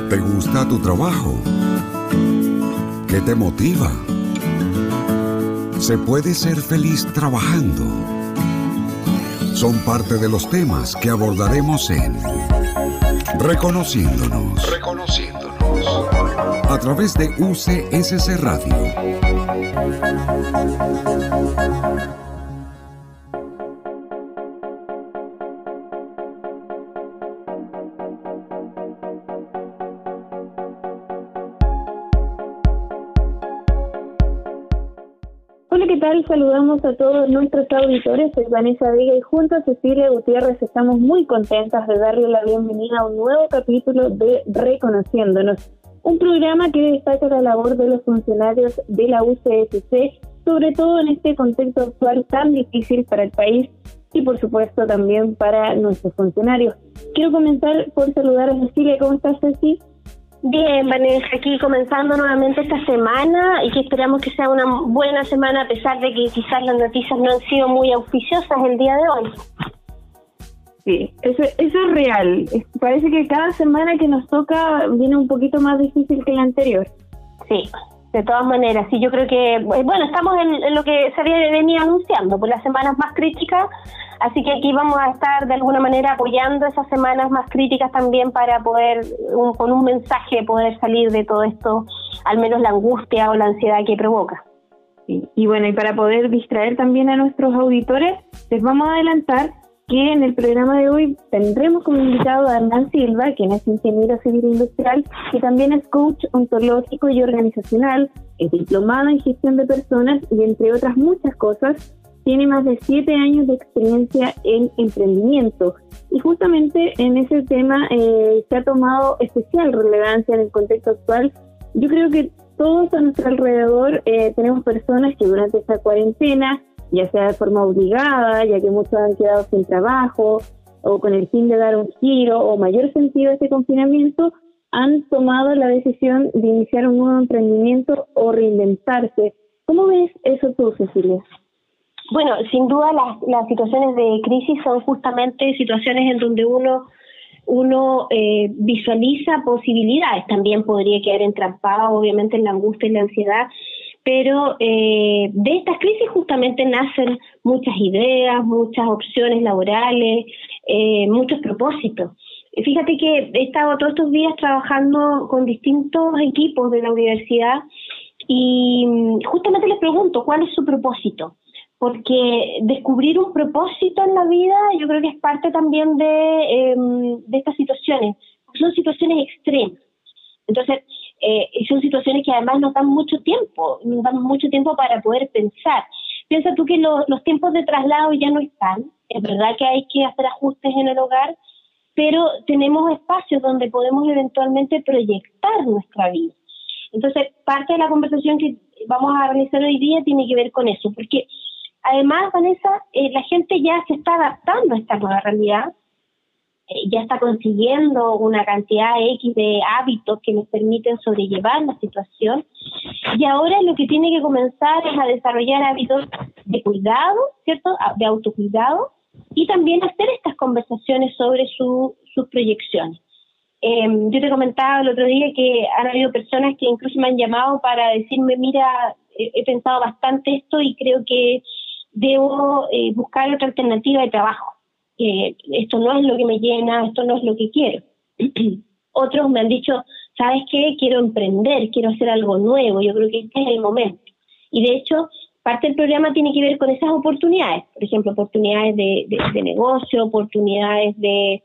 ¿Te gusta tu trabajo? ¿Qué te motiva? ¿Se puede ser feliz trabajando? Son parte de los temas que abordaremos en Reconociéndonos. A través de UCSC Radio. Hola, ¿qué tal? Saludamos a todos nuestros auditores. Soy Vanessa Vega y junto a Cecilia Gutiérrez estamos muy contentas de darle la bienvenida a un nuevo capítulo de Reconociéndonos, un programa que destaca la labor de los funcionarios de la UCSC, sobre todo en este contexto actual tan difícil para el país y por supuesto también para nuestros funcionarios. Quiero comenzar por saludar a Cecilia. ¿Cómo estás, Ceci? Bien, Vanessa, aquí comenzando nuevamente esta semana y que esperamos que sea una buena semana a pesar de que quizás las noticias no han sido muy auspiciosas el día de hoy. Sí, eso es real. Parece que cada semana que nos toca viene un poquito más difícil que la anterior. Sí, de todas maneras. Sí, yo creo que, bueno, estamos en lo que se venía anunciando, por las semanas más críticas. Así que aquí vamos a estar de alguna manera apoyando esas semanas más críticas también para poder, con un mensaje, poder salir de todo esto, al menos la angustia o la ansiedad que provoca. Sí. Y bueno, y para poder distraer también a nuestros auditores, les vamos a adelantar que en el programa de hoy tendremos como invitado a Hernán Silva, quien es ingeniero civil industrial, que también es coach ontológico y organizacional, es diplomado en gestión de personas y entre otras muchas cosas, tiene más de 7 años de experiencia en emprendimiento y justamente en ese tema se ha tomado especial relevancia en el contexto actual. Yo creo que todos a nuestro alrededor tenemos personas que durante esta cuarentena, ya sea de forma obligada, ya que muchos han quedado sin trabajo o con el fin de dar un giro o mayor sentido a este confinamiento, han tomado la decisión de iniciar un nuevo emprendimiento o reinventarse. ¿Cómo ves eso tú, Cecilia? Bueno, sin duda las situaciones de crisis son justamente situaciones en donde uno visualiza posibilidades. También podría quedar entrampado, obviamente, en la angustia y la ansiedad, pero de estas crisis justamente nacen muchas ideas, muchas opciones laborales, muchos propósitos. Fíjate que he estado todos estos días trabajando con distintos equipos de la universidad y justamente les pregunto, ¿cuál es su propósito? Porque descubrir un propósito en la vida yo creo que es parte también de estas situaciones. Son situaciones extremas. Entonces, son situaciones que además nos dan mucho tiempo para poder pensar. Piensa tú que los tiempos de traslado ya no están. Es verdad que hay que hacer ajustes en el hogar, pero tenemos espacios donde podemos eventualmente proyectar nuestra vida. Entonces, parte de la conversación que vamos a realizar hoy día tiene que ver con eso, porque además, Vanessa, la gente ya se está adaptando a esta nueva realidad, ya está consiguiendo una cantidad X de hábitos que les permiten sobrellevar la situación, y ahora lo que tiene que comenzar es a desarrollar hábitos de cuidado, ¿cierto?, de autocuidado, y también hacer estas conversaciones sobre sus proyecciones. Yo te comentaba el otro día que han habido personas que incluso me han llamado para decirme, mira, he pensado bastante esto y creo que debo buscar otra alternativa de trabajo. Esto no es lo que me llena, esto no es lo que quiero. Otros me han dicho, ¿sabes qué? Quiero emprender, quiero hacer algo nuevo, yo creo que este es el momento. Y de hecho, parte del programa tiene que ver con esas oportunidades, por ejemplo, oportunidades de negocio, oportunidades de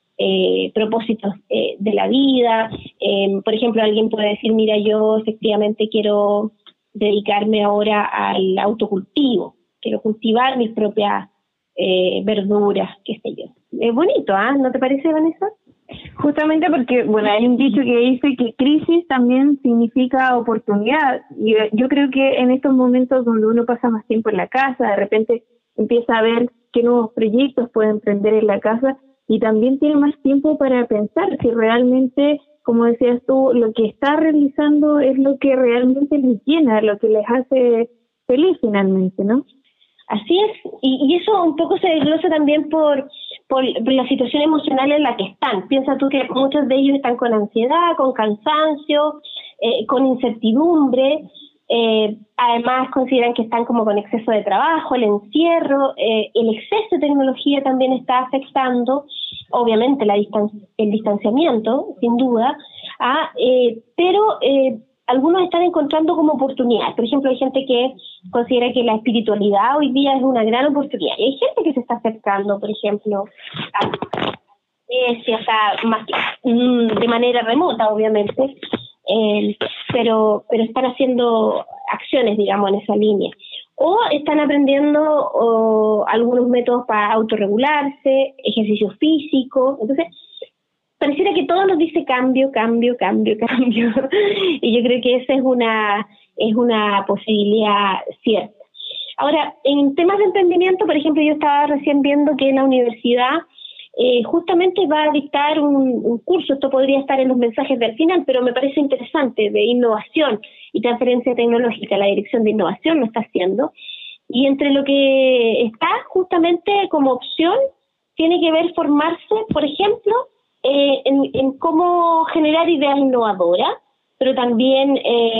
propósitos de la vida. Por ejemplo, alguien puede decir, mira, yo efectivamente quiero dedicarme ahora al autocultivo, quiero cultivar mis propias verduras, qué sé yo. Es bonito, ¿no te parece, Vanessa? Justamente porque, bueno, hay un dicho que dice que crisis también significa oportunidad. Y yo creo que en estos momentos donde uno pasa más tiempo en la casa, de repente empieza a ver qué nuevos proyectos puede emprender en la casa y también tiene más tiempo para pensar si realmente, como decías tú, lo que está realizando es lo que realmente les llena, lo que les hace feliz finalmente, ¿no? Así es, y eso un poco se desglosa también por por la situación emocional en la que están. Piensa tú que muchos de ellos están con ansiedad, con cansancio, con incertidumbre, además consideran que están como con exceso de trabajo, el encierro, el exceso de tecnología también está afectando, obviamente el distanciamiento, sin duda, pero algunos están encontrando como oportunidades. Por ejemplo, hay gente que considera que la espiritualidad hoy día es una gran oportunidad. Y hay gente que se está acercando, por ejemplo, a más de manera remota, obviamente, pero están haciendo acciones, digamos, en esa línea. O están aprendiendo algunos métodos para autorregularse, ejercicio físico. Entonces, pareciera que todo nos dice cambio. Y yo creo que esa es una posibilidad cierta. Ahora, en temas de emprendimiento, por ejemplo, yo estaba recién viendo que la universidad justamente va a dictar un curso, esto podría estar en los mensajes del final, pero me parece interesante, de innovación y transferencia tecnológica. La Dirección de Innovación lo está haciendo. Y entre lo que está justamente como opción, tiene que ver formarse, por ejemplo, en cómo generar ideas innovadoras, pero también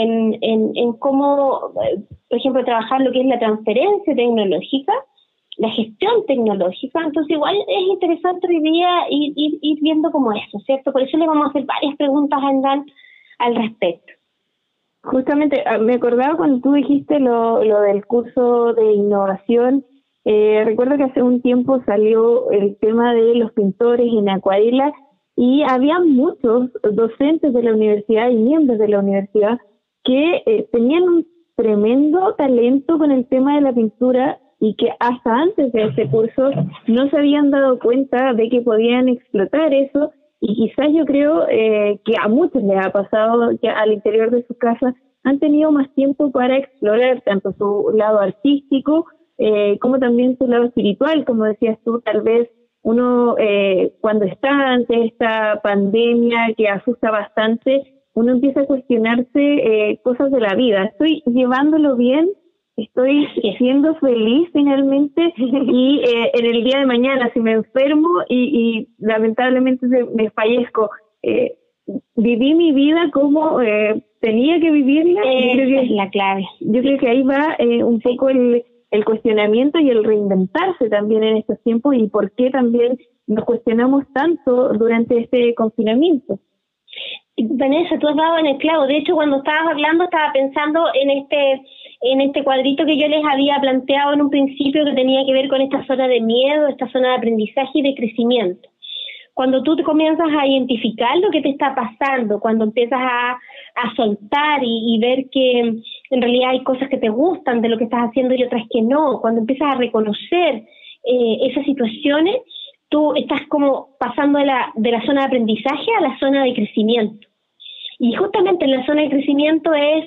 en cómo, por ejemplo, trabajar lo que es la transferencia tecnológica, la gestión tecnológica. Entonces igual es interesante hoy día ir viendo como eso, ¿cierto? Por eso le vamos a hacer varias preguntas a Endal al respecto. Justamente, me acordaba cuando tú dijiste lo del curso de innovación. Recuerdo que hace un tiempo salió el tema de los pintores en acuarela y había muchos docentes de la universidad y miembros de la universidad que tenían un tremendo talento con el tema de la pintura y que hasta antes de ese curso no se habían dado cuenta de que podían explotar eso. Y quizás yo creo que a muchos les ha pasado que al interior de sus casas han tenido más tiempo para explorar tanto su lado artístico como también su lado espiritual. Como decías tú, tal vez uno cuando está ante esta pandemia que asusta bastante, uno empieza a cuestionarse cosas de la vida. ¿Estoy llevándolo bien? ¿Estoy siendo feliz finalmente? Y en el día de mañana, si me enfermo y lamentablemente me fallezco, ¿viví mi vida como tenía que vivirla? Esa es la clave. Yo creo que ahí va un poco el cuestionamiento y el reinventarse también en estos tiempos, y por qué también nos cuestionamos tanto durante este confinamiento. Vanessa, tú has dado en el clavo. De hecho, cuando estabas hablando, estaba pensando en este cuadrito que yo les había planteado en un principio, que tenía que ver con esta zona de miedo, esta zona de aprendizaje y de crecimiento. Cuando tú te comienzas a identificar lo que te está pasando, cuando empiezas a soltar y ver que en realidad hay cosas que te gustan de lo que estás haciendo y otras que no, cuando empiezas a reconocer esas situaciones, tú estás como pasando de la zona de aprendizaje a la zona de crecimiento. Y justamente en la zona de crecimiento es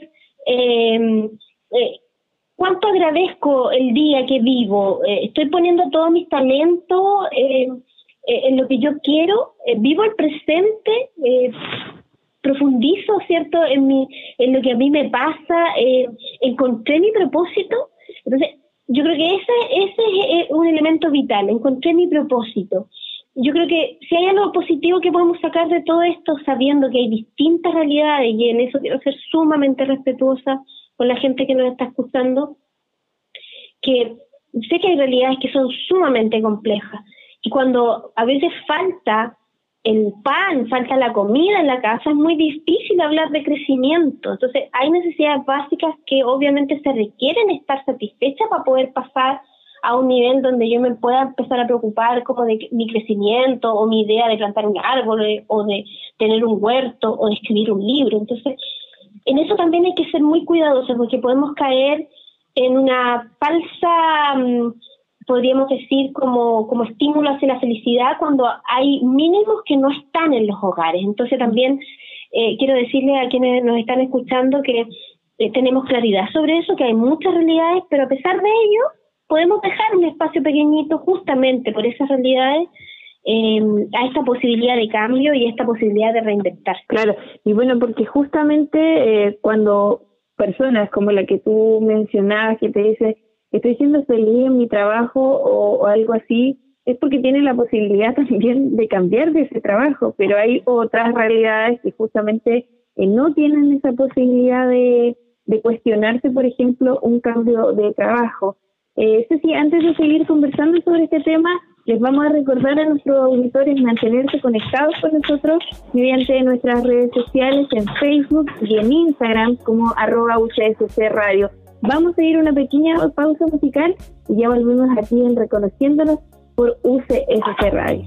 cuánto agradezco el día que vivo, estoy poniendo todo mis talentos en lo que yo quiero, vivo el presente, profundizo, ¿cierto?, en lo que a mí me pasa, encontré mi propósito. Entonces, yo creo que ese es un elemento vital, encontré mi propósito. Yo creo que si hay algo positivo que podemos sacar de todo esto, sabiendo que hay distintas realidades, y en eso quiero ser sumamente respetuosa con la gente que nos está escuchando, que sé que hay realidades que son sumamente complejas, y cuando a veces falta el pan, falta la comida en la casa, es muy difícil hablar de crecimiento. Entonces hay necesidades básicas que obviamente se requieren estar satisfechas para poder pasar a un nivel donde yo me pueda empezar a preocupar como de mi crecimiento, o mi idea de plantar un árbol, o de tener un huerto, o de escribir un libro. Entonces, en eso también hay que ser muy cuidadosos, porque podemos caer en una falsa, podríamos decir, como estímulo hacia la felicidad, cuando hay mínimos que no están en los hogares. Entonces también quiero decirle a quienes nos están escuchando que tenemos claridad sobre eso, que hay muchas realidades, pero a pesar de ello podemos dejar un espacio pequeñito justamente por esas realidades a esta posibilidad de cambio y a esta posibilidad de reinventarse. Claro, y bueno, porque justamente cuando personas como la que tú mencionabas, que te dice estoy siendo feliz en mi trabajo o algo así, es porque tiene la posibilidad también de cambiar de ese trabajo, pero hay otras realidades que justamente no tienen esa posibilidad de cuestionarse, por ejemplo, un cambio de trabajo. Ceci, antes de seguir conversando sobre este tema, les vamos a recordar a nuestros auditores mantenerse conectados con nosotros mediante nuestras redes sociales en Facebook y en Instagram como @UCSC Radio. Vamos a ir a una pequeña pausa musical y ya volvemos aquí en Reconociéndonos por UCSC Radio.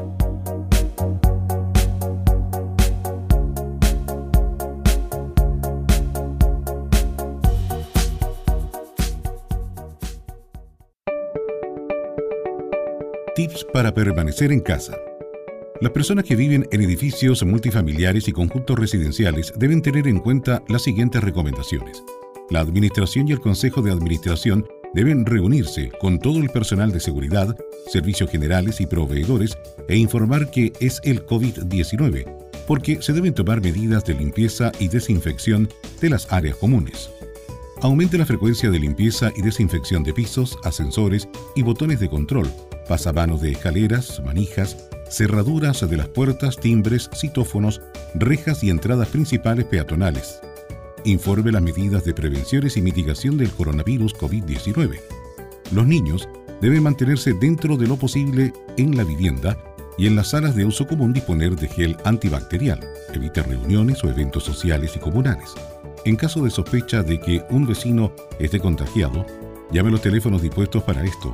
Tips para permanecer en casa. Las personas que viven en edificios multifamiliares y conjuntos residenciales deben tener en cuenta las siguientes recomendaciones. La administración y el consejo de administración deben reunirse con todo el personal de seguridad, servicios generales y proveedores e informar que es el COVID-19, porque se deben tomar medidas de limpieza y desinfección de las áreas comunes. Aumente la frecuencia de limpieza y desinfección de pisos, ascensores y botones de control, pasamanos de escaleras, manijas, cerraduras de las puertas, timbres, citófonos, rejas y entradas principales peatonales. Informe las medidas de prevenciones y mitigación del coronavirus COVID-19. Los niños deben mantenerse dentro de lo posible en la vivienda y en las salas de uso común disponer de gel antibacterial. Evite reuniones o eventos sociales y comunales. En caso de sospecha de que un vecino esté contagiado, llame a los teléfonos dispuestos para esto,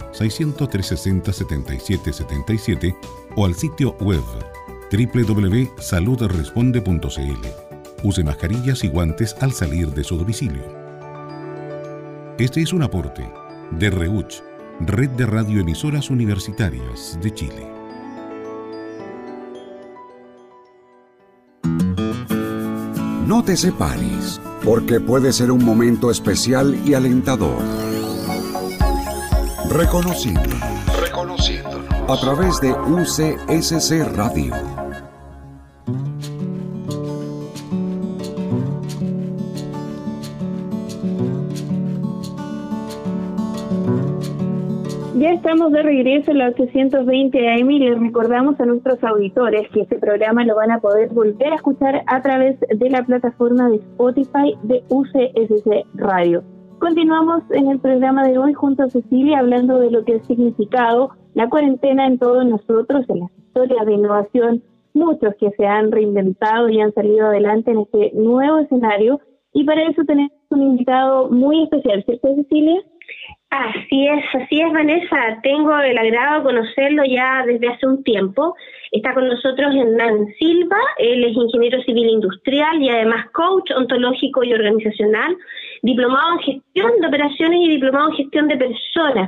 600-360-7777 o al sitio web www.saludresponde.cl. Use mascarillas y guantes al salir de su domicilio. Este es un aporte de REUCH, Red de Radioemisoras Universitarias de Chile. No te separes, porque puede ser un momento especial y alentador. Reconociéndonos a través de UCSC Radio. Ya estamos de regreso en la 820 AM y les recordamos a nuestros auditores que este programa lo van a poder volver a escuchar a través de la plataforma de Spotify de UCSC Radio. Continuamos en el programa de hoy junto a Cecilia hablando de lo que ha significado la cuarentena en todos nosotros, en las historias de innovación, muchos que se han reinventado y han salido adelante en este nuevo escenario, y para eso tenemos un invitado muy especial, ¿cierto, Cecilia? Así es, Vanessa. Tengo el agrado de conocerlo ya desde hace un tiempo. Está con nosotros Hernán Silva. Él es ingeniero civil industrial y además coach ontológico y organizacional, diplomado en gestión de operaciones y diplomado en gestión de personas.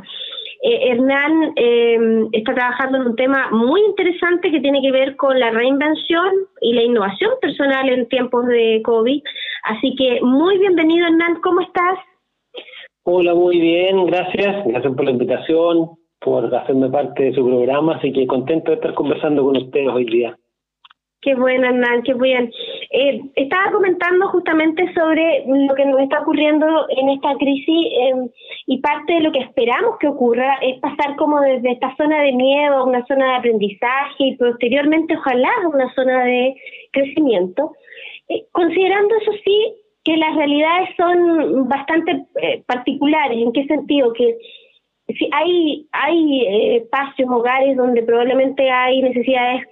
Hernán está trabajando en un tema muy interesante que tiene que ver con la reinvención y la innovación personal en tiempos de COVID. Así que muy bienvenido, Hernán. ¿Cómo estás? Hola, muy bien, gracias. Gracias por la invitación, por hacerme parte de su programa, así que contento de estar conversando con ustedes hoy día. Qué bueno, Hernán, qué bien. Estaba comentando justamente sobre lo que nos está ocurriendo en esta crisis y parte de lo que esperamos que ocurra es pasar como desde esta zona de miedo a una zona de aprendizaje y posteriormente ojalá a una zona de crecimiento. Considerando eso sí, que las realidades son bastante particulares. ¿En qué sentido? Que si hay espacios, hogares donde probablemente hay necesidades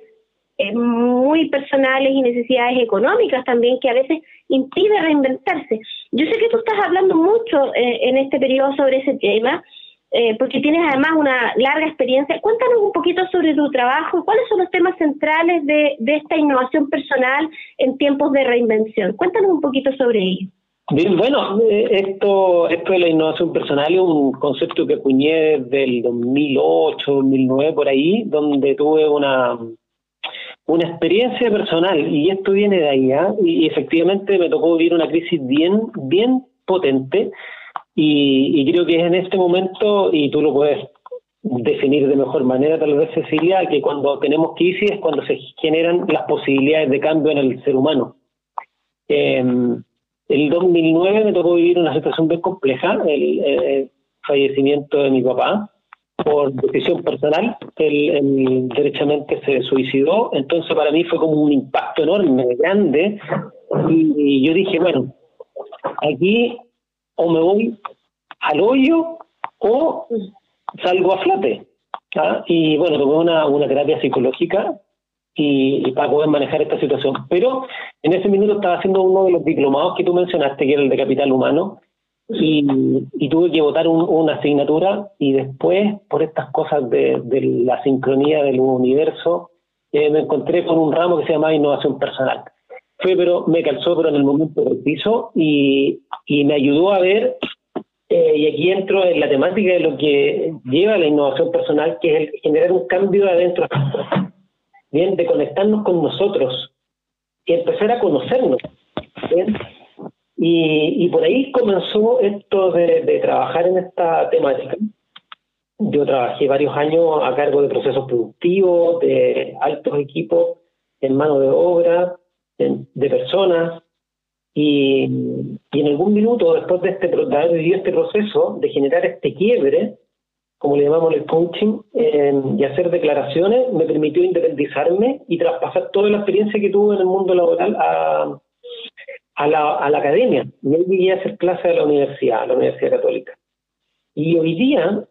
muy personales y necesidades económicas también que a veces impiden reinventarse. Yo sé que tú estás hablando mucho en este periodo sobre ese tema, porque tienes además una larga experiencia. Cuéntanos un poquito sobre tu trabajo y cuáles son los temas centrales de esta innovación personal en tiempos de reinvención. Cuéntanos un poquito sobre ello. Bien, bueno, esto de la innovación personal es un concepto que acuñé desde el 2008, 2009, por ahí, donde tuve una experiencia personal, y esto viene de ahí, y efectivamente me tocó vivir una crisis bien potente, y creo que es en este momento, y tú lo puedes definir de mejor manera tal vez, Cecilia, que cuando tenemos crisis es cuando se generan las posibilidades de cambio en el ser humano. El 2009 me tocó vivir una situación bien compleja, el fallecimiento de mi papá, por decisión personal, él derechamente se suicidó. Entonces para mí fue como un impacto enorme, grande, y yo dije, bueno, aquí o me voy al hoyo o salgo a flote. ¿Ah? Y bueno, tomé una terapia psicológica y para poder manejar esta situación. Pero en ese minuto estaba haciendo uno de los diplomados que tú mencionaste, que era el de Capital Humano, y tuve que votar una asignatura, y después, por estas cosas de la sincronía del universo, me encontré con un ramo que se llama Innovación Personal. Pero me calzó en el momento preciso y me ayudó a ver, y aquí entro en la temática de lo que lleva a la innovación personal, que es el generar un cambio de adentro hacia afuera. Bien, de conectarnos con nosotros y empezar a conocernos. Bien. Y por ahí comenzó esto de trabajar en esta temática. Yo trabajé varios años a cargo de procesos productivos, de altos equipos en mano de obra, de personas, y en algún minuto, después de haber vivido este proceso, de generar este quiebre, como le llamamos el coaching, y hacer declaraciones, me permitió independizarme y traspasar toda la experiencia que tuve en el mundo laboral a la academia. Y ahí llegué a hacer clases a la Universidad Católica. Y hoy día,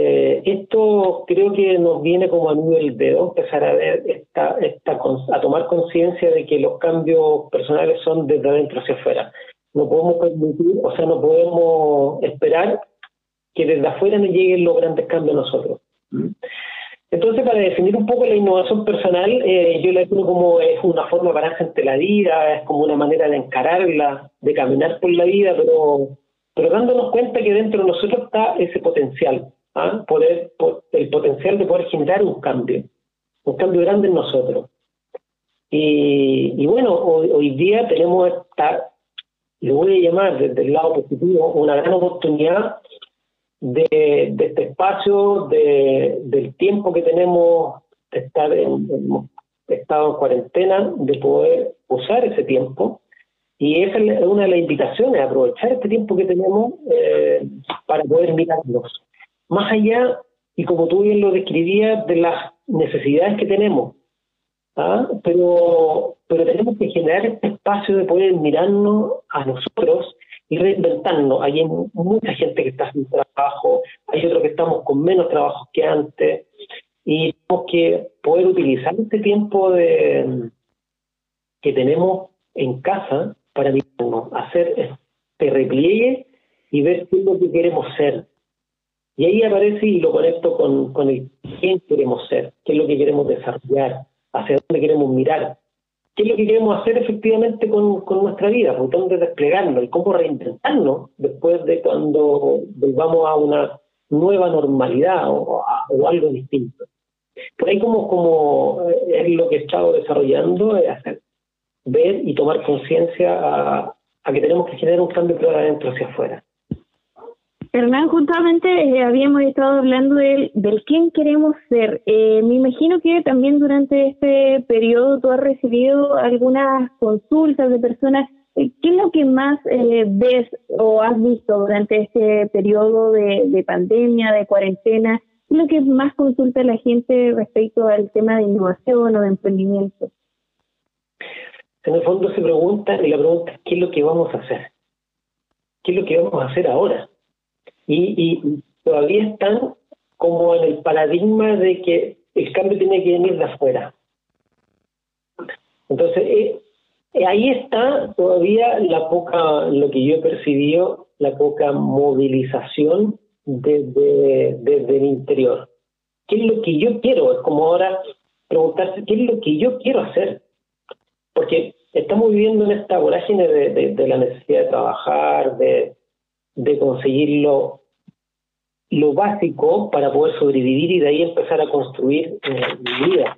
esto creo que nos viene como a nivel dedo, empezar a ver a tomar conciencia de que los cambios personales son desde adentro hacia afuera. No podemos permitir, no podemos esperar que desde afuera nos lleguen los grandes cambios a nosotros. Entonces, para definir un poco la innovación personal, yo la defino como es una forma para ante la vida, es como una manera de encararla, de caminar por la vida, pero dándonos cuenta que dentro de nosotros está ese potencial, el potencial de poder generar un cambio grande en nosotros. Y bueno, hoy día tenemos lo voy a llamar desde el lado positivo, una gran oportunidad de este espacio, del tiempo que tenemos de estar hemos estado en cuarentena, de poder usar ese tiempo. Y esa es una de las invitaciones, aprovechar este tiempo que tenemos para poder mirarnos. Más allá, y como tú bien lo describías, de las necesidades que tenemos, pero tenemos que generar este espacio de poder mirarnos a nosotros y reinventarnos. Hay mucha gente que está sin trabajo, hay otros que estamos con menos trabajo que antes, y tenemos que poder utilizar este tiempo que tenemos en casa para mirarnos, hacer este repliegue y ver qué es lo que queremos ser. Y ahí aparece y lo conecto con el quién queremos ser, qué es lo que queremos desarrollar, hacia dónde queremos mirar, qué es lo que queremos hacer efectivamente con nuestra vida, por dónde desplegarnos y cómo reinventarnos después de cuando volvamos a una nueva normalidad o algo distinto. Por ahí como es lo que he estado desarrollando, es hacer, ver y tomar conciencia a que tenemos que generar un cambio de adentro hacia afuera. Hernán, justamente habíamos estado hablando del quién queremos ser. Me imagino que también durante este periodo tú has recibido algunas consultas de personas. ¿Qué es lo que más ves o has visto durante este periodo de pandemia, de cuarentena? ¿Qué es lo que más consulta la gente respecto al tema de innovación o de emprendimiento? En el fondo se pregunta, y la pregunta es ¿qué es lo que vamos a hacer? ¿Qué es lo que vamos a hacer ahora? Y todavía están como en el paradigma de que el cambio tiene que venir de afuera. Entonces, ahí está todavía lo que yo he percibido, la poca movilización desde el interior. ¿Qué es lo que yo quiero? Es como ahora preguntarse, ¿qué es lo que yo quiero hacer? Porque estamos viviendo en esta vorágine de la necesidad de trabajar, de conseguir lo básico para poder sobrevivir y de ahí empezar a construir mi vida.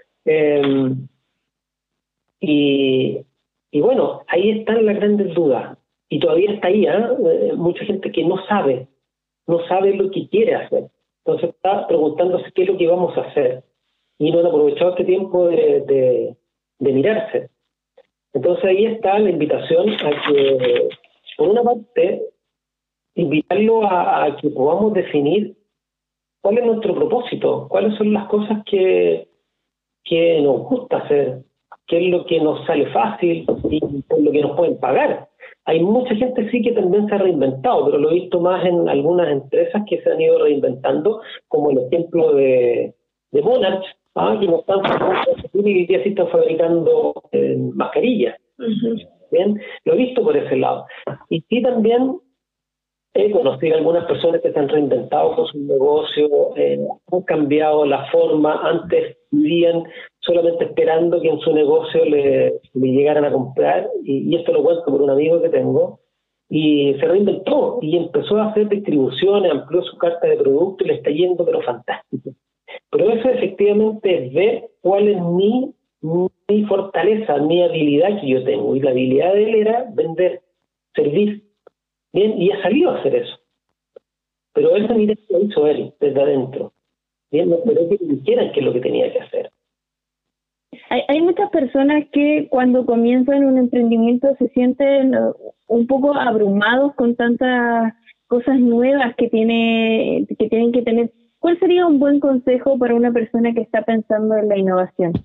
Y bueno, ahí están las grandes dudas. Y todavía está ahí, mucha gente que no sabe lo que quiere hacer. Entonces está preguntándose qué es lo que vamos a hacer. Y no han aprovechado este tiempo de mirarse. Entonces ahí está la invitación a que, por una parte, invitarlo a que podamos definir cuál es nuestro propósito, cuáles son las cosas que nos gusta hacer, qué es lo que nos sale fácil y por lo que nos pueden pagar. Hay mucha gente sí que también se ha reinventado, pero lo he visto más en algunas empresas que se han ido reinventando, como el ejemplo de Monarch, que no están y sí están fabricando mascarillas. Uh-huh. Bien, lo he visto por ese lado. Y sí también he conocido algunas personas que se han reinventado con su negocio, han cambiado la forma. Antes vivían solamente esperando que en su negocio le llegaran a comprar, y esto lo cuento por un amigo que tengo, y se reinventó y empezó a hacer distribuciones, amplió su carta de producto y le está yendo pero fantástico. Pero eso efectivamente es ver cuál es mi fortaleza, mi habilidad que yo tengo, y la habilidad de él era vender, servir. Bien, y ha salido a hacer eso. Pero él también lo hizo él, desde adentro. Bien, no esperó que le dijeran qué es lo que tenía que hacer. Hay muchas personas que cuando comienzan un emprendimiento se sienten un poco abrumados con tantas cosas nuevas que tienen que tener. ¿Cuál sería un buen consejo para una persona que está pensando en la innovación?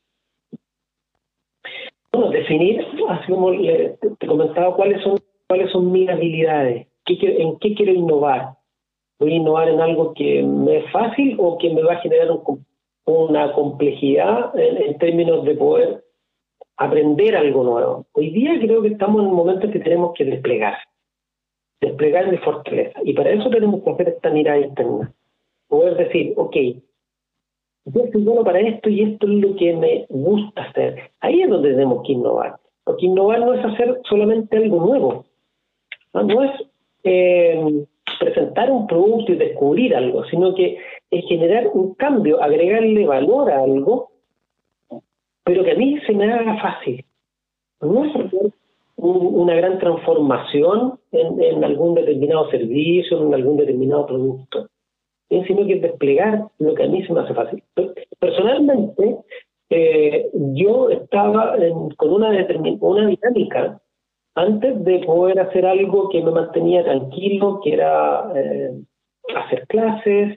Bueno, definir, así como te comentaba, cuáles son mis habilidades, en qué quiero innovar. ¿Voy a innovar en algo que me es fácil o que me va a generar una complejidad en términos de poder aprender algo nuevo? Hoy día creo que estamos en un momento en que tenemos que desplegar mi fortaleza, y para eso tenemos que hacer esta mirada interna, poder decir, ok, yo soy bueno para esto y esto es lo que me gusta hacer. Ahí es donde tenemos que innovar, porque innovar no es hacer solamente algo nuevo, no es presentar un producto y descubrir algo, sino que es generar un cambio, agregarle valor a algo, pero que a mí se me haga fácil. No es hacer una gran transformación en algún determinado servicio, en algún determinado producto, sino que es desplegar lo que a mí se me hace fácil. Personalmente, yo estaba con una dinámica antes de poder hacer algo que me mantenía tranquilo, que era hacer clases,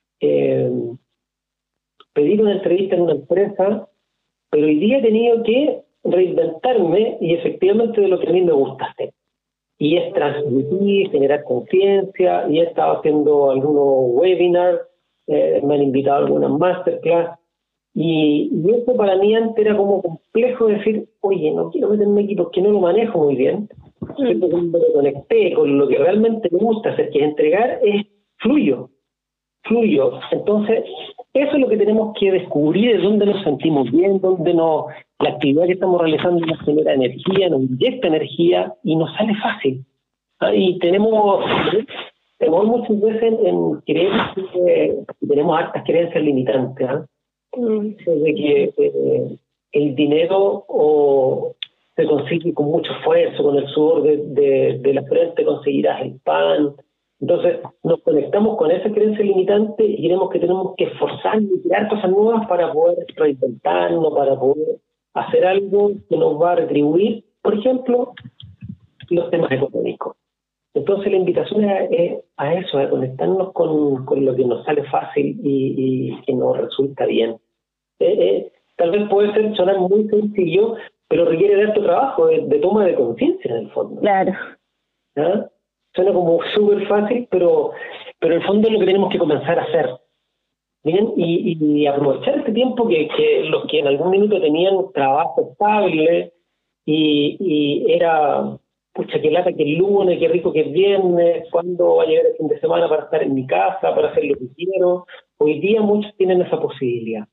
pedir una entrevista en una empresa, pero hoy día he tenido que reinventarme y efectivamente de lo que a mí me gusta hacer. Y es transmitir, generar conciencia, y he estado haciendo algunos webinars, me han invitado a algunas masterclass, y eso para mí antes era como complejo decir, oye, no quiero meterme aquí porque no lo manejo muy bien. Pero cuando me conecté con lo que realmente me gusta hacer, que es entregar, fluyo. Entonces, eso es lo que tenemos que descubrir, es dónde nos sentimos bien, dónde la actividad que estamos realizando nos genera energía, nos inyecta energía y nos sale fácil. Y tenemos muchas veces en creer que tenemos hartas creencias limitantes, de que el dinero se consigue con mucho esfuerzo, con el sudor de la frente conseguirás el pan. Entonces nos conectamos con esa creencia limitante y creemos que tenemos que esforzarnos y crear cosas nuevas para poder reinventarnos, para poder hacer algo que nos va a retribuir, por ejemplo, los temas económicos. Entonces la invitación es a eso, a conectarnos con lo que nos sale fácil y que nos resulta bien. Tal vez puede sonar muy sencillo, pero requiere de harto trabajo, de toma de conciencia en el fondo. Claro. ¿Ah? Suena como súper fácil, pero en el fondo es lo que tenemos que comenzar a hacer. Bien, y aprovechar este tiempo que los que en algún minuto tenían trabajo estable y era, pucha, qué lata que el lunes, qué rico que es viernes, cuándo va a llegar el fin de semana para estar en mi casa, para hacer lo que quiero. Hoy día muchos tienen esa posibilidad.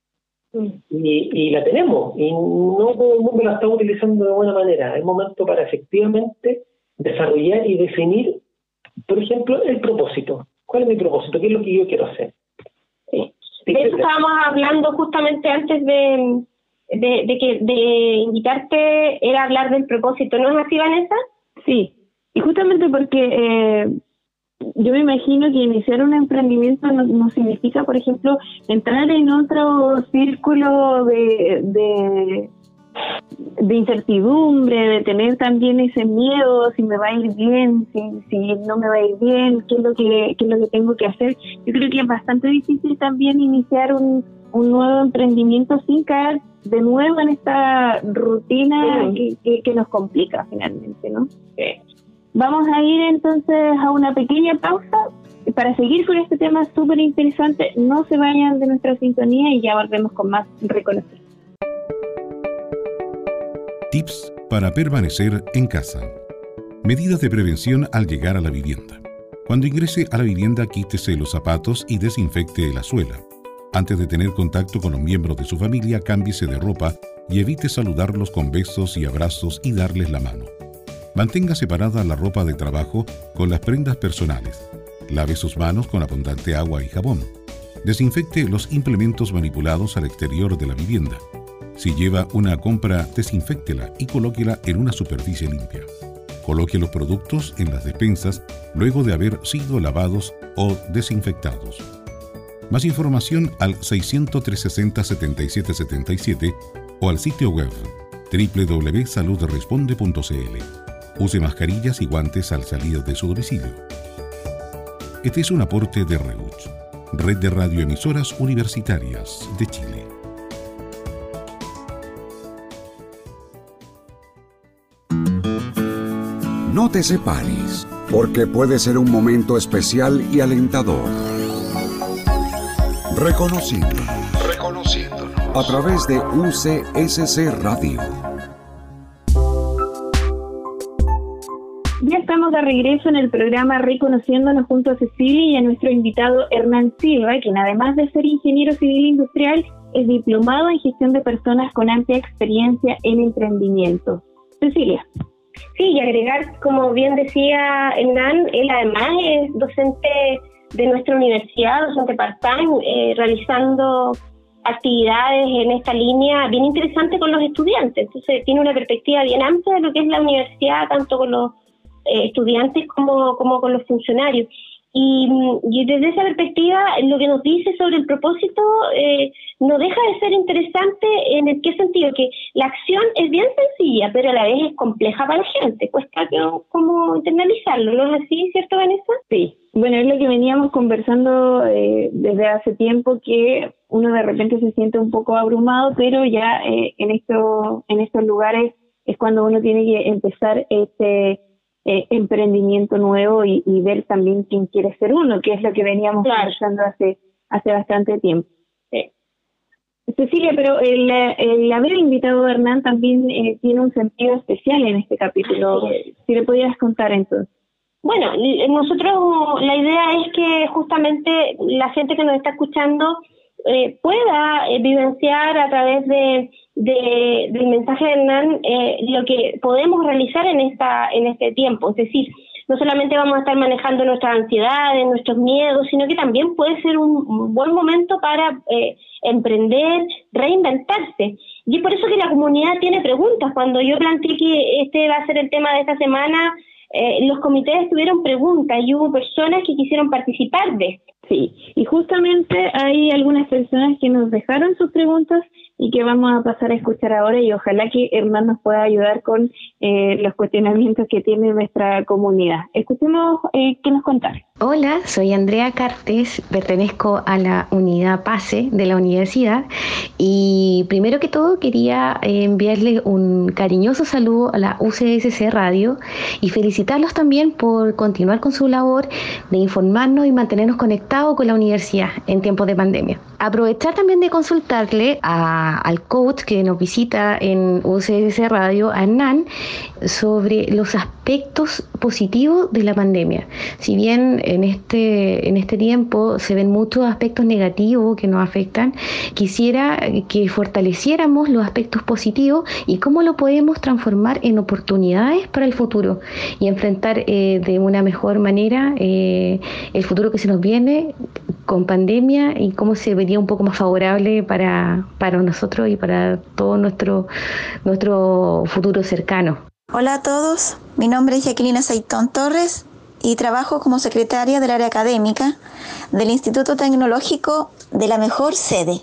Y la tenemos, y no todo el mundo la está utilizando de buena manera. Es momento para efectivamente desarrollar y definir, por ejemplo, el propósito. ¿Cuál es mi propósito? ¿Qué es lo que yo quiero hacer? De eso estábamos hablando justamente antes de invitarte, era hablar del propósito, ¿no es así, Vanessa? Sí, y justamente porque yo me imagino que iniciar un emprendimiento no significa, por ejemplo, entrar en otro círculo de incertidumbre, de tener también ese miedo, si me va a ir bien, si no me va a ir bien, qué es lo que tengo que hacer. Yo creo que es bastante difícil también iniciar un nuevo emprendimiento sin caer de nuevo en esta rutina que nos complica finalmente, ¿no? Vamos a ir entonces a una pequeña pausa para seguir con este tema súper interesante. No se vayan de nuestra sintonía y ya volvemos con más Reconocer. Tips para permanecer en casa. Medidas de prevención al llegar a la vivienda. Cuando ingrese a la vivienda, quítese los zapatos y desinfecte la suela. Antes de tener contacto con los miembros de su familia, cámbiese de ropa y evite saludarlos con besos y abrazos y darles la mano. Mantenga separada la ropa de trabajo con las prendas personales. Lave sus manos con abundante agua y jabón. Desinfecte los implementos manipulados al exterior de la vivienda. Si lleva una compra, desinféctela y colóquela en una superficie limpia. Coloque los productos en las despensas luego de haber sido lavados o desinfectados. Más información al 600-360-7777 o al sitio web www.saludresponde.cl. Use mascarillas y guantes al salir de su domicilio. Este es un aporte de REUCH, Red de Radioemisoras Universitarias de Chile. No te separes, porque puede ser un momento especial y alentador. Reconociéndonos a través de UCSC Radio. Ya estamos de regreso en el programa Reconociéndonos junto a Cecilia y a nuestro invitado Hernán Silva, quien además de ser ingeniero civil industrial, es diplomado en gestión de personas con amplia experiencia en emprendimiento. Cecilia. Sí, y agregar, como bien decía Hernán, él además es docente de nuestra universidad, docente part-time, realizando actividades en esta línea bien interesante con los estudiantes. Entonces tiene una perspectiva bien amplia de lo que es la universidad, tanto con los estudiantes como con los funcionarios. Y desde esa perspectiva, lo que nos dice sobre el propósito no deja de ser interesante. ¿En el qué sentido? Que la acción es bien sencilla, pero a la vez es compleja para la gente. Cuesta como internalizarlo, ¿no es así, cierto, Vanessa? Sí. Bueno, es lo que veníamos conversando desde hace tiempo, que uno de repente se siente un poco abrumado, pero ya en estos lugares es cuando uno tiene que empezar emprendimiento nuevo y ver también quién quiere ser uno, que es lo que veníamos conversando hace bastante tiempo. Cecilia, pero el haber invitado a Hernán también tiene un sentido especial en este capítulo. Si le pudieras contar entonces. Bueno, nosotros la idea es que justamente la gente que nos está escuchando pueda vivenciar a través del mensaje de Hernán lo que podemos realizar en este tiempo. Es decir, no solamente vamos a estar manejando nuestras ansiedades, nuestros miedos, sino que también puede ser un buen momento para emprender, reinventarse. Y es por eso que la comunidad tiene preguntas. Cuando yo planteé que este va a ser el tema de esta semana, los comités tuvieron preguntas y hubo personas que quisieron participar de esto. Sí, y justamente hay algunas personas que nos dejaron sus preguntas y que vamos a pasar a escuchar ahora, y ojalá que Hernán nos pueda ayudar con los cuestionamientos que tiene nuestra comunidad. Escuchemos qué nos contaron. Hola, soy Andrea Cartes, pertenezco a la unidad PASE de la universidad y primero que todo quería enviarle un cariñoso saludo a la UCSC Radio y felicitarlos también por continuar con su labor de informarnos y mantenernos conectados con la universidad en tiempos de pandemia. Aprovechar también de consultarle al coach que nos visita en UCSC Radio, a Hernán, sobre los aspectos positivos de la pandemia. Si bien en este tiempo se ven muchos aspectos negativos que nos afectan, quisiera que fortaleciéramos los aspectos positivos y cómo lo podemos transformar en oportunidades para el futuro y enfrentar de una mejor manera el futuro que se nos viene con pandemia y cómo se vería un poco más favorable para nosotros y para todo nuestro futuro cercano. Hola a todos, mi nombre es Jacqueline Aceitón Torres y trabajo como secretaria del área académica del Instituto Tecnológico de la mejor sede,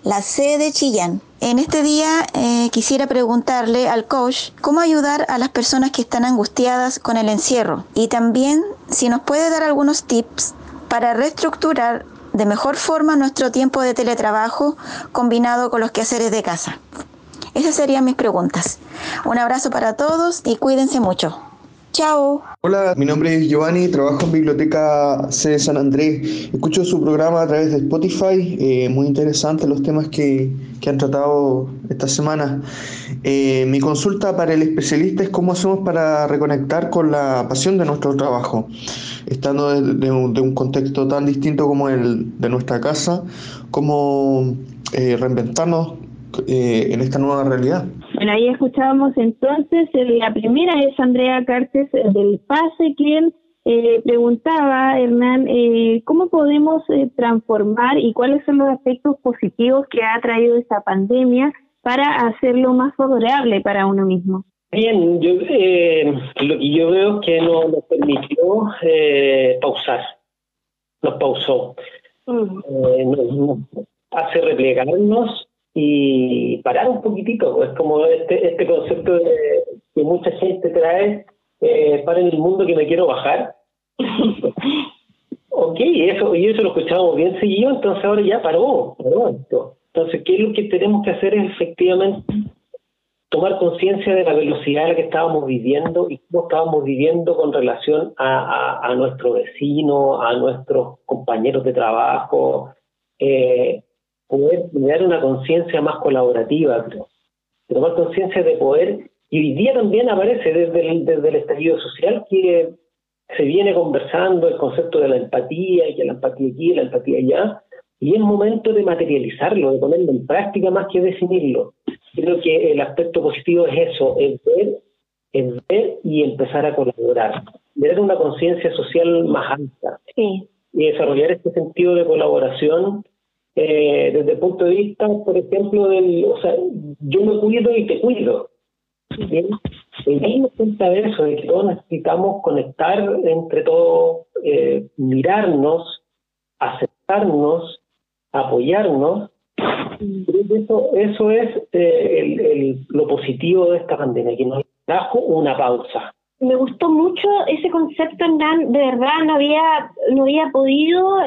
la C de Chillán. En este día quisiera preguntarle al coach cómo ayudar a las personas que están angustiadas con el encierro y también si nos puede dar algunos tips para reestructurar de mejor forma nuestro tiempo de teletrabajo combinado con los quehaceres de casa. Esas serían mis preguntas. Un abrazo para todos y cuídense mucho. Chao. Hola, mi nombre es Giovanni, trabajo en Biblioteca C de San Andrés. Escucho su programa a través de Spotify, muy interesantes los temas que han tratado esta semana. Mi consulta para el especialista es cómo hacemos para reconectar con la pasión de nuestro trabajo, estando de un contexto tan distinto como el de nuestra casa, cómo reinventarnos en esta nueva realidad. Bueno, ahí escuchábamos entonces, la primera es Andrea Cartes del PASE, quien preguntaba, Hernán, ¿cómo podemos transformar y cuáles son los aspectos positivos que ha traído esta pandemia para hacerlo más favorable para uno mismo? Bien, lo que yo veo es que nos permitió pausar, nos pausó, nos hace replegarnos y parar un poquitito. Es como este concepto que mucha gente trae, para en el mundo que me quiero bajar. Ok, eso lo escuchábamos bien seguido, entonces ahora ya paró esto. Entonces, ¿qué es lo que tenemos que hacer? Es efectivamente tomar conciencia de la velocidad a la que estábamos viviendo y cómo estábamos viviendo con relación a nuestro vecino, a nuestros compañeros de trabajo, poder crear una conciencia más colaborativa, creo. Tomar conciencia de poder, y hoy día también aparece desde el estallido social que se viene conversando el concepto de la empatía, y que la empatía aquí, la empatía allá, y es momento de materializarlo, de ponerlo en práctica más que definirlo. Creo que el aspecto positivo es eso, es ver y empezar a colaborar, tener una conciencia social más alta, Sí. y desarrollar este sentido de colaboración desde el punto de vista, por ejemplo, yo me cuido y te cuido. ¿Bien? Y me cuenta de eso, de que todos necesitamos conectar entre todos, mirarnos, aceptarnos, apoyarnos. Creo que eso es lo positivo de esta pandemia, que nos trajo una pausa. Me gustó mucho ese concepto, Hernán. De verdad no había podido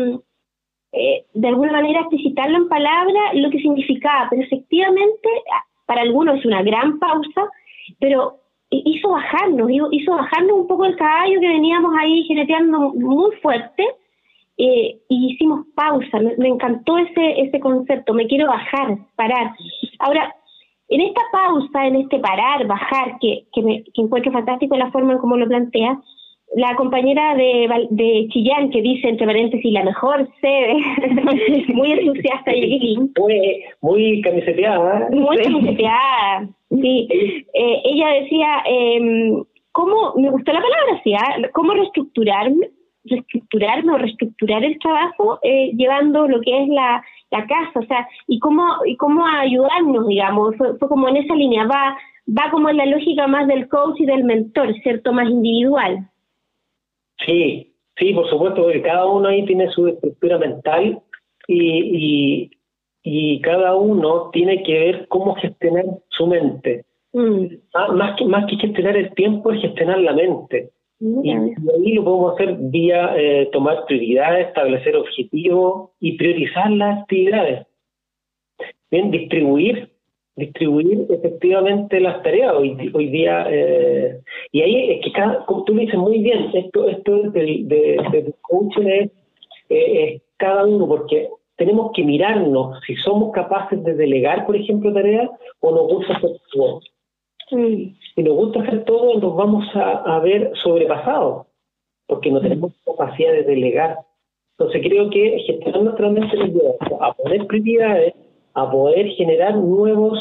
de alguna manera explicitarlo en palabras lo que significaba, pero efectivamente para algunos es una gran pausa, pero hizo bajarnos un poco el caballo que veníamos ahí jineteando muy fuerte, y hicimos pausa. Me encantó ese concepto, me quiero bajar, parar. Ahora, en esta pausa, en este parar, bajar, que encuentro fantástico la forma en cómo lo plantea, la compañera de Chillán, que dice, entre paréntesis, la mejor sede, muy entusiasta, Jacqueline. Muy camiseteada. Muy camiseteada, sí. Ella decía, ¿cómo, me gustó la palabra, sí, cómo reestructurarme o reestructurar el trabajo, llevando lo que es la casa, o sea, y cómo ayudarnos, digamos, fue como en esa línea, va como en la lógica más del coach y del mentor, ¿cierto? Más individual. Sí, por supuesto, porque cada uno ahí tiene su estructura mental y cada uno tiene que ver cómo gestionar su mente. Más que gestionar el tiempo, es gestionar la mente. Y ahí lo podemos hacer vía tomar prioridades, establecer objetivos y priorizar las actividades. Bien, distribuir efectivamente las tareas hoy día, y ahí es que como tú lo dices muy bien, esto de coaching es cada uno, porque tenemos que mirarnos si somos capaces de delegar, por ejemplo, tareas, o nos gusta hacer todo. Si nos gusta hacer todo, nos vamos a ver sobrepasados, porque no tenemos capacidad de delegar. Entonces creo que gestionar nuestra mente nos lleva a poner prioridades, a poder generar nuevas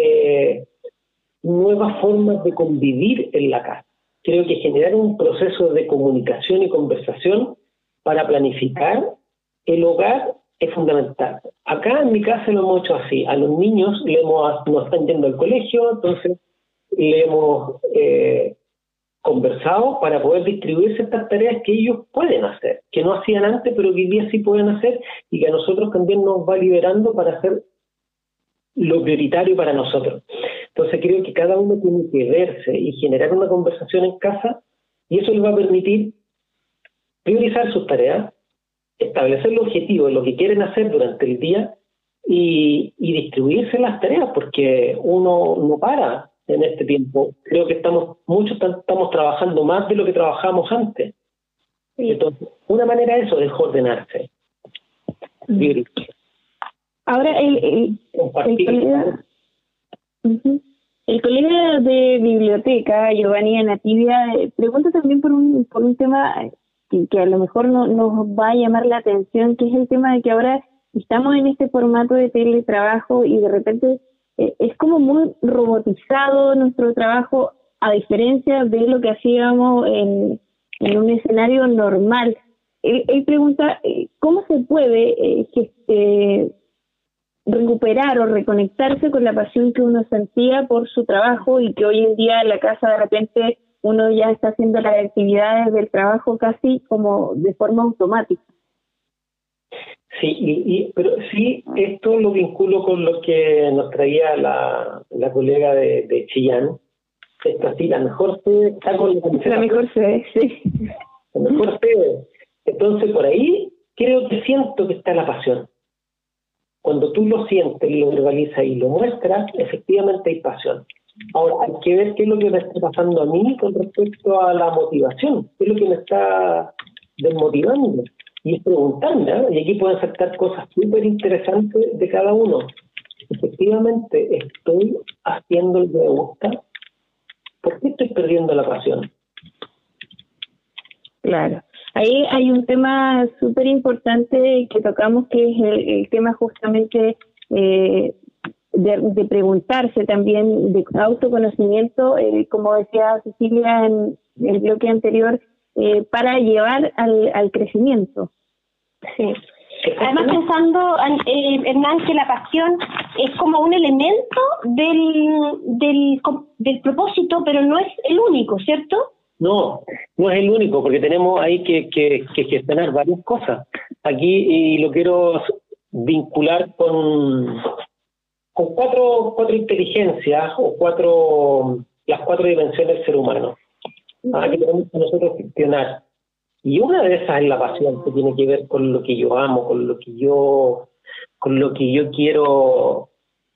formas de convivir en la casa. Creo que generar un proceso de comunicación y conversación para planificar el hogar es fundamental. Acá en mi casa lo hemos hecho así. A los niños nos están yendo al colegio, entonces le hemos conversado para poder distribuirse estas tareas que ellos pueden hacer, que no hacían antes, pero que hoy día sí pueden hacer, y que a nosotros también nos va liberando para hacer lo prioritario para nosotros. Entonces creo que cada uno tiene que verse y generar una conversación en casa, y eso les va a permitir priorizar sus tareas, establecer los objetivos, lo que quieren hacer durante el día, y distribuirse las tareas, porque uno no para en este tiempo. Creo que muchos estamos trabajando más de lo que trabajábamos antes. Entonces, una manera de eso es ordenarse. Ahora, el colega de biblioteca, Giovanni Anativia, pregunta también por un tema que a lo mejor nos va a llamar la atención, que es el tema de que ahora estamos en este formato de teletrabajo y de repente es como muy robotizado nuestro trabajo, a diferencia de lo que hacíamos en un escenario normal. Él pregunta, ¿cómo se puede recuperar o reconectarse con la pasión que uno sentía por su trabajo y que hoy en día en la casa de repente uno ya está haciendo las actividades del trabajo casi como de forma automática? Sí, pero sí, esto lo vinculo con lo que nos traía la colega de Chillán. Esto sí, la mejor sede está con la camiseta. La mejor sede, sí. La mejor sede. Entonces, por ahí siento que está la pasión. Cuando tú lo sientes, lo verbalizas y lo muestras, efectivamente hay pasión. Ahora, hay que ver qué es lo que me está pasando a mí con respecto a la motivación, qué es lo que me está desmotivando. Y es preguntarme, ¿eh? Y aquí pueden saltar cosas súper interesantes de cada uno. Efectivamente, ¿estoy haciendo lo que me gusta? ¿Por qué estoy perdiendo la pasión? Claro. Ahí hay un tema súper importante que tocamos, que es el tema justamente de preguntarse también, de autoconocimiento, como decía Cecilia en el bloque anterior, para llevar al crecimiento. Sí. Además, pensando, Hernán, que la pasión es como un elemento del propósito, pero no es el único, ¿cierto? No es el único, porque tenemos ahí que gestionar varias cosas. Aquí, y lo quiero vincular con cuatro inteligencias, o las cuatro dimensiones del ser humano, que tenemos que nosotros gestionar. Y una de esas es la pasión, que tiene que ver con lo que yo amo, con lo que yo quiero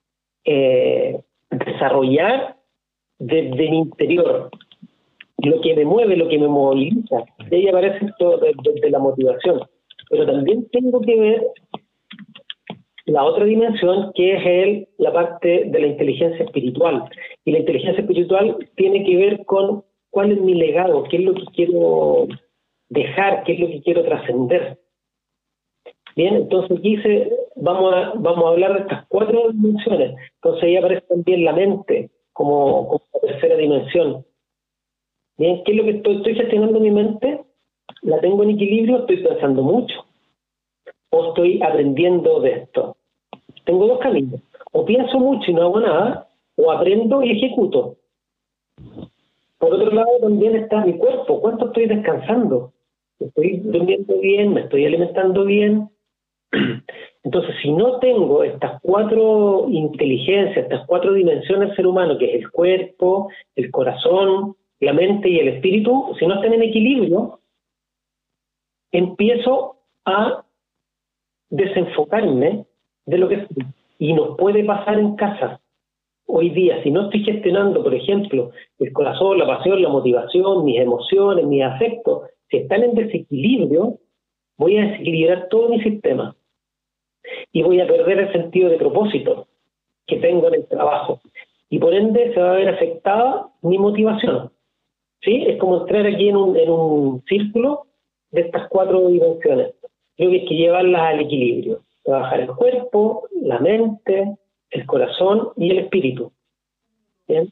desarrollar desde mi interior, lo que me mueve, lo que me moviliza. De ahí aparece esto desde la motivación. Pero también tengo que ver la otra dimensión, que es la parte de la inteligencia espiritual. Y la inteligencia espiritual tiene que ver con cuál es mi legado, qué es lo que quiero dejar, qué es lo que quiero trascender. Bien, entonces aquí vamos a hablar de estas cuatro dimensiones. Entonces ahí aparece también la mente como la tercera dimensión. Bien, ¿qué es lo que estoy gestionando mi mente? ¿La tengo en equilibrio? ¿Estoy pensando mucho? ¿O estoy aprendiendo de esto? Tengo dos caminos. O pienso mucho y no hago nada, o aprendo y ejecuto. Por otro lado, también está mi cuerpo. ¿Cuánto estoy descansando? ¿Estoy durmiendo bien? ¿Me estoy alimentando bien? Entonces, si no tengo estas cuatro inteligencias, estas cuatro dimensiones del ser humano, que es el cuerpo, el corazón, la mente y el espíritu, si no están en equilibrio, empiezo a desenfocarme de lo que es. Y nos puede pasar en casa. Hoy día, si no estoy gestionando, por ejemplo, el corazón, la pasión, la motivación, mis emociones, mis afectos, si están en desequilibrio, voy a desequilibrar todo mi sistema. Y voy a perder el sentido de propósito que tengo en el trabajo. Y por ende se va a ver afectada mi motivación. ¿Sí? Es como entrar aquí en un círculo de estas cuatro dimensiones. Creo que hay que llevarlas al equilibrio. Trabajar el cuerpo, la mente, el corazón y el espíritu. ¿Bien?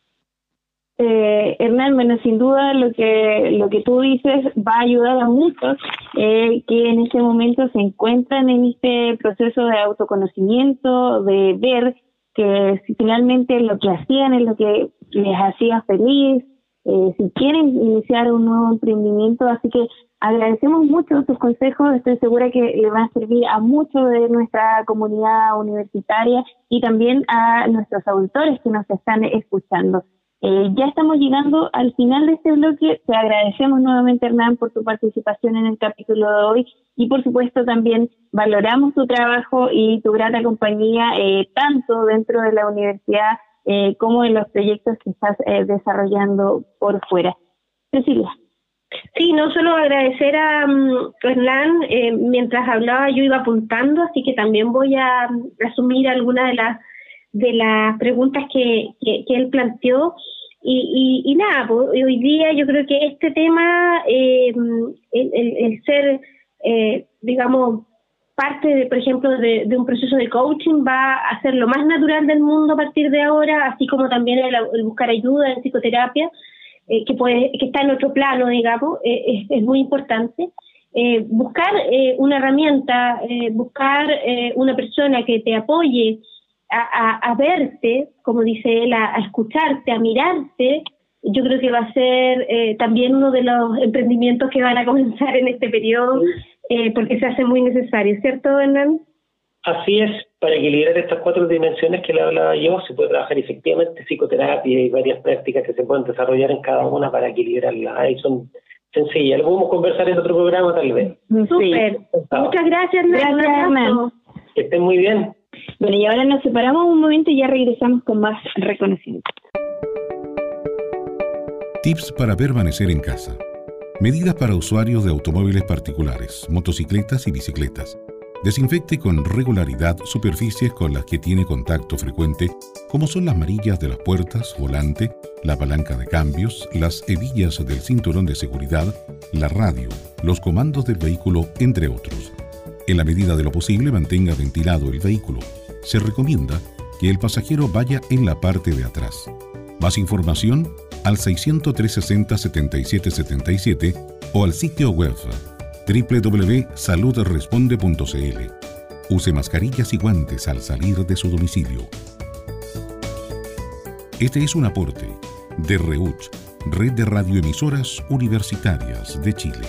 Hernán, bueno, sin duda lo que tú dices va a ayudar a muchos que en este momento se encuentran en este proceso de autoconocimiento, de ver que si finalmente lo que hacían es lo que les hacía feliz, si quieren iniciar un nuevo emprendimiento. Así que agradecemos mucho sus consejos, estoy segura que le van a servir a mucho de nuestra comunidad universitaria y también a nuestros auditores que nos están escuchando. Ya estamos llegando al final de este bloque. Te agradecemos nuevamente, Hernán, por tu participación en el capítulo de hoy y por supuesto también valoramos tu trabajo y tu grata compañía tanto dentro de la universidad como en los proyectos que estás desarrollando por fuera. Cecilia. Sí, no solo agradecer a Hernán, mientras hablaba yo iba apuntando, así que también voy a asumir algunas de las preguntas que él planteó y nada, pues, hoy día yo creo que este tema, el ser, digamos, parte, de, por ejemplo, de un proceso de coaching va a ser lo más natural del mundo a partir de ahora, así como también el buscar ayuda en psicoterapia, que está en otro plano, digamos, es muy importante. Buscar una herramienta, buscar una persona que te apoye a verte, como dice él, a escucharte, a mirarte, yo creo que va a ser también uno de los emprendimientos que van a comenzar en este periodo, porque se hace muy necesario, ¿cierto, Hernán? Así es, para equilibrar estas 4 dimensiones que le hablaba yo, se puede trabajar efectivamente psicoterapia y varias prácticas que se pueden desarrollar en cada una para equilibrarlas. Ahí son sencillas, lo podemos conversar en otro programa tal vez. Súper, muchas gracias, Hernán. Gracias, Hernán. Que estén muy bien. Bueno, y ahora nos separamos un momento y ya regresamos con más reconocimiento. Tips para permanecer en casa. Medidas para usuarios de automóviles particulares, motocicletas y bicicletas. Desinfecte con regularidad superficies con las que tiene contacto frecuente, como son las manillas de las puertas, volante, la palanca de cambios, las hebillas del cinturón de seguridad, la radio, los comandos del vehículo, entre otros. En la medida de lo posible, mantenga ventilado el vehículo. Se recomienda que el pasajero vaya en la parte de atrás. Más información al 600-360-7777 o al sitio web www.saludresponde.cl. Use mascarillas y guantes al salir de su domicilio. Este es un aporte de REUCH, Red de Radioemisoras Universitarias de Chile.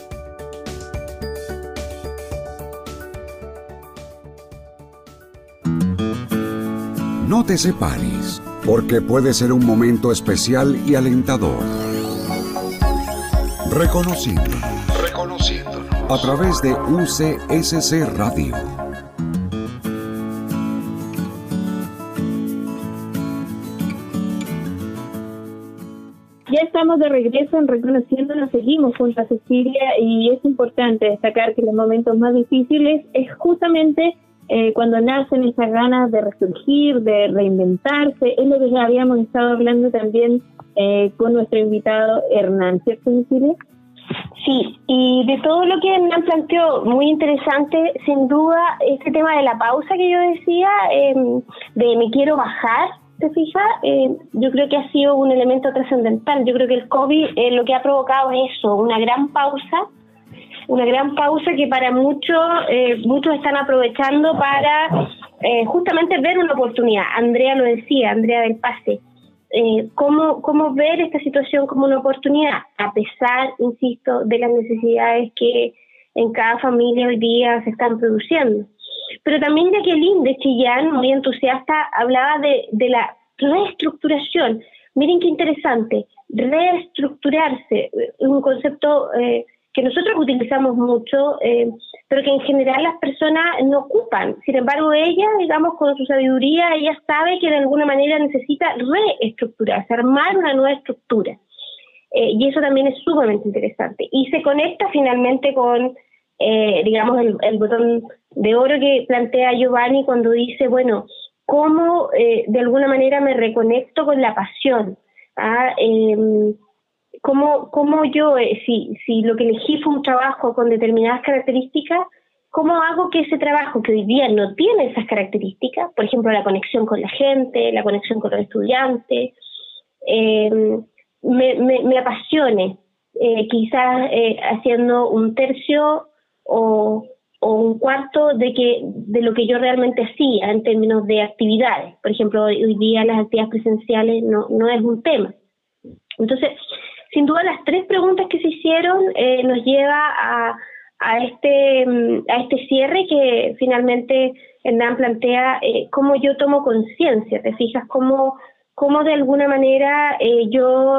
No te separes, porque puede ser un momento especial y alentador. Reconociéndonos a través de UCSC Radio. Ya estamos de regreso en Reconociéndonos, seguimos junto a Cecilia y es importante destacar que los momentos más difíciles es justamente cuando nacen esas ganas de resurgir, de reinventarse, es lo que ya habíamos estado hablando también con nuestro invitado Hernán, ¿cierto, Cecilia? Sí, y de todo lo que Hernán planteó, muy interesante, sin duda, este tema de la pausa que yo decía, de me quiero bajar, ¿te fijas? Yo creo que ha sido un elemento trascendental. Yo creo que el COVID lo que ha provocado es eso, una gran pausa que para muchos están aprovechando para justamente ver una oportunidad. Andrea lo decía, Andrea del Pase. ¿Cómo ver esta situación como una oportunidad? A pesar, insisto, de las necesidades que en cada familia hoy día se están produciendo. Pero también Jacqueline de Chillán, muy entusiasta, hablaba de la reestructuración. Miren qué interesante, reestructurarse, un concepto que nosotros utilizamos mucho, pero que en general las personas no ocupan. Sin embargo, ella, digamos, con su sabiduría, ella sabe que de alguna manera necesita reestructurarse, armar una nueva estructura. Y eso también es sumamente interesante. Y se conecta finalmente con, digamos, el botón de oro que plantea Giovanni cuando dice, bueno, ¿cómo de alguna manera me reconecto con la pasión? ¿Cómo yo, si lo que elegí fue un trabajo con determinadas características, cómo hago que ese trabajo que hoy día no tiene esas características, por ejemplo, la conexión con la gente, la conexión con los estudiantes, me apasione, quizás haciendo un tercio o un cuarto de lo que yo realmente hacía en términos de actividades? Por ejemplo, hoy día las actividades presenciales no es un tema. Entonces, sin duda las 3 preguntas que se hicieron nos lleva a este cierre que finalmente Hernán plantea, cómo yo tomo conciencia, ¿te fijas? Cómo de alguna manera yo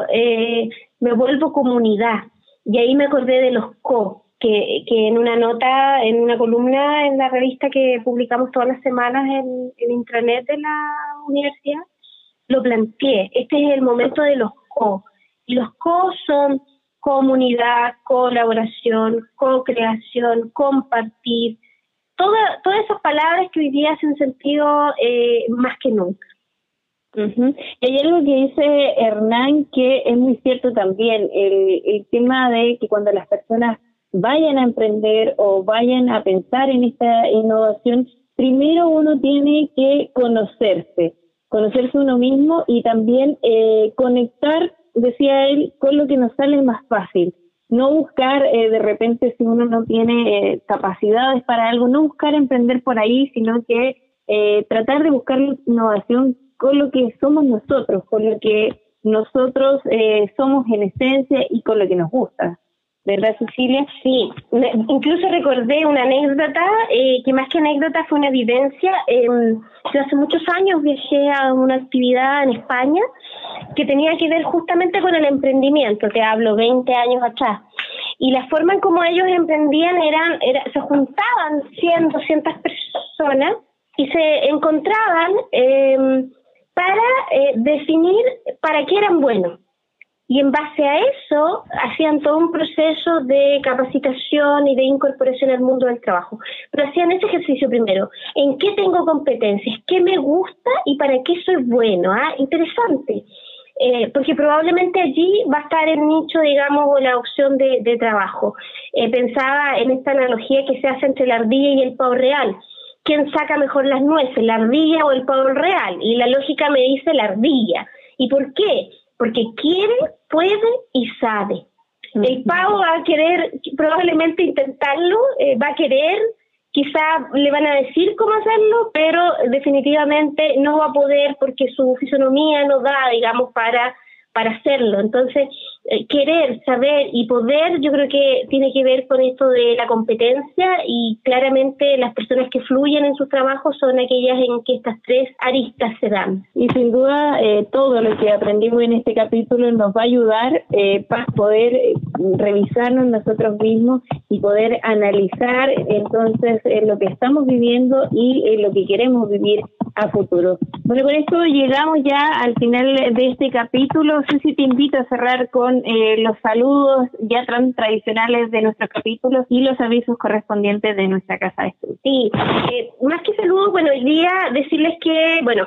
me vuelvo comunidad. Y ahí me acordé de los que en una nota, en una columna en la revista que publicamos todas las semanas en el intranet de la universidad, lo planteé. Este es el momento de los y los son comunidad, colaboración, co-creación, compartir, todas esas palabras que hoy día hacen sentido más que nunca. Uh-huh. Y hay algo que dice Hernán que es muy cierto también, el tema de que cuando las personas vayan a emprender o vayan a pensar en esta innovación, primero uno tiene que conocerse uno mismo y también conectar, decía él, con lo que nos sale más fácil. No buscar de repente, si uno no tiene capacidades para algo, no buscar emprender por ahí, sino que tratar de buscar la innovación con lo que somos nosotros, con lo que nosotros somos en esencia y con lo que nos gusta. ¿Verdad, Cecilia? Sí, incluso recordé una anécdota, que más que anécdota fue una vivencia. Yo hace muchos años viajé a una actividad en España que tenía que ver justamente con el emprendimiento, te hablo 20 años atrás. Y la forma en cómo ellos emprendían se juntaban 100, 200 personas y se encontraban para definir para qué eran buenos. Y en base a eso hacían todo un proceso de capacitación y de incorporación al mundo del trabajo. Pero hacían ese ejercicio primero. ¿En qué tengo competencias? ¿Qué me gusta y para qué soy bueno? Interesante. Porque probablemente allí va a estar el nicho, digamos, o la opción de trabajo. Pensaba en esta analogía que se hace entre la ardilla y el pavo real. ¿Quién saca mejor las nueces, la ardilla o el pavo real? Y la lógica me dice la ardilla. ¿Y por qué? Porque quiere, puede y sabe. El pavo va a querer probablemente intentarlo, va a querer, quizá le van a decir cómo hacerlo, pero definitivamente no va a poder porque su fisonomía no da, digamos, para hacerlo. Entonces, querer, saber y poder, yo creo que tiene que ver con esto de la competencia, y claramente las personas que fluyen en sus trabajos son aquellas en que estas 3 aristas se dan. Y sin duda todo lo que aprendimos en este capítulo nos va a ayudar para poder revisarnos nosotros mismos y poder analizar entonces lo que estamos viviendo y lo que queremos vivir a futuro. Bueno, con esto llegamos ya al final de este capítulo. Ceci, te invito a cerrar con los saludos ya tan tradicionales de nuestros capítulos y los avisos correspondientes de nuestra casa de estudio. Sí, más que saludos, bueno, hoy día decirles que, bueno,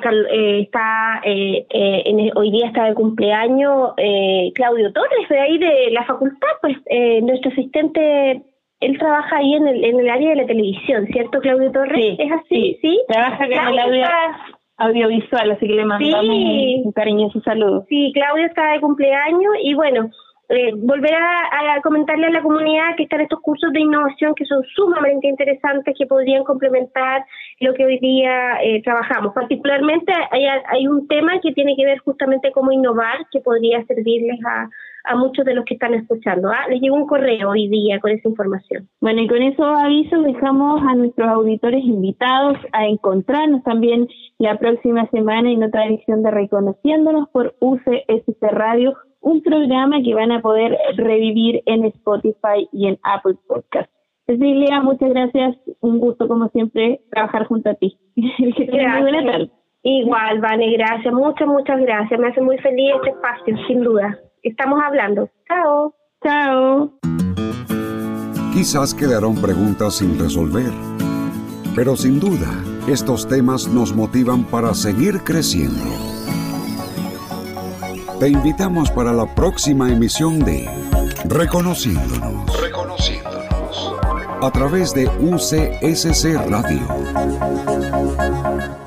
hoy día está de cumpleaños Claudio Torres, de ahí de la facultad, pues nuestro asistente. Él trabaja ahí en el área de la televisión, ¿cierto, Claudio Torres? Sí, ¿es así? Sí. Trabaja en el audiovisual, así que le mandamos un cariñoso saludo. Sí, Claudio está de cumpleaños y bueno, volver a comentarle a la comunidad que están estos cursos de innovación que son sumamente interesantes, que podrían complementar lo que hoy día trabajamos. Particularmente hay un tema que tiene que ver justamente cómo innovar, que podría servirles a muchos de los que están escuchando. Les llegó un correo hoy día con esa información. Bueno, y con esos avisos dejamos a nuestros auditores invitados a encontrarnos también la próxima semana en otra edición de Reconociéndonos por UCSC Radio, un programa que van a poder revivir en Spotify y en Apple Podcast. Cecilia, muchas gracias. Un gusto, como siempre, trabajar junto a ti. Que tengas muy buena tarde. Igual, Vane, gracias. Muchas gracias. Me hace muy feliz este espacio, sin duda. Estamos hablando. Chao. Chao. Quizás quedaron preguntas sin resolver, pero sin duda, estos temas nos motivan para seguir creciendo. Te invitamos para la próxima emisión de Reconociéndonos. A través de UCSC Radio.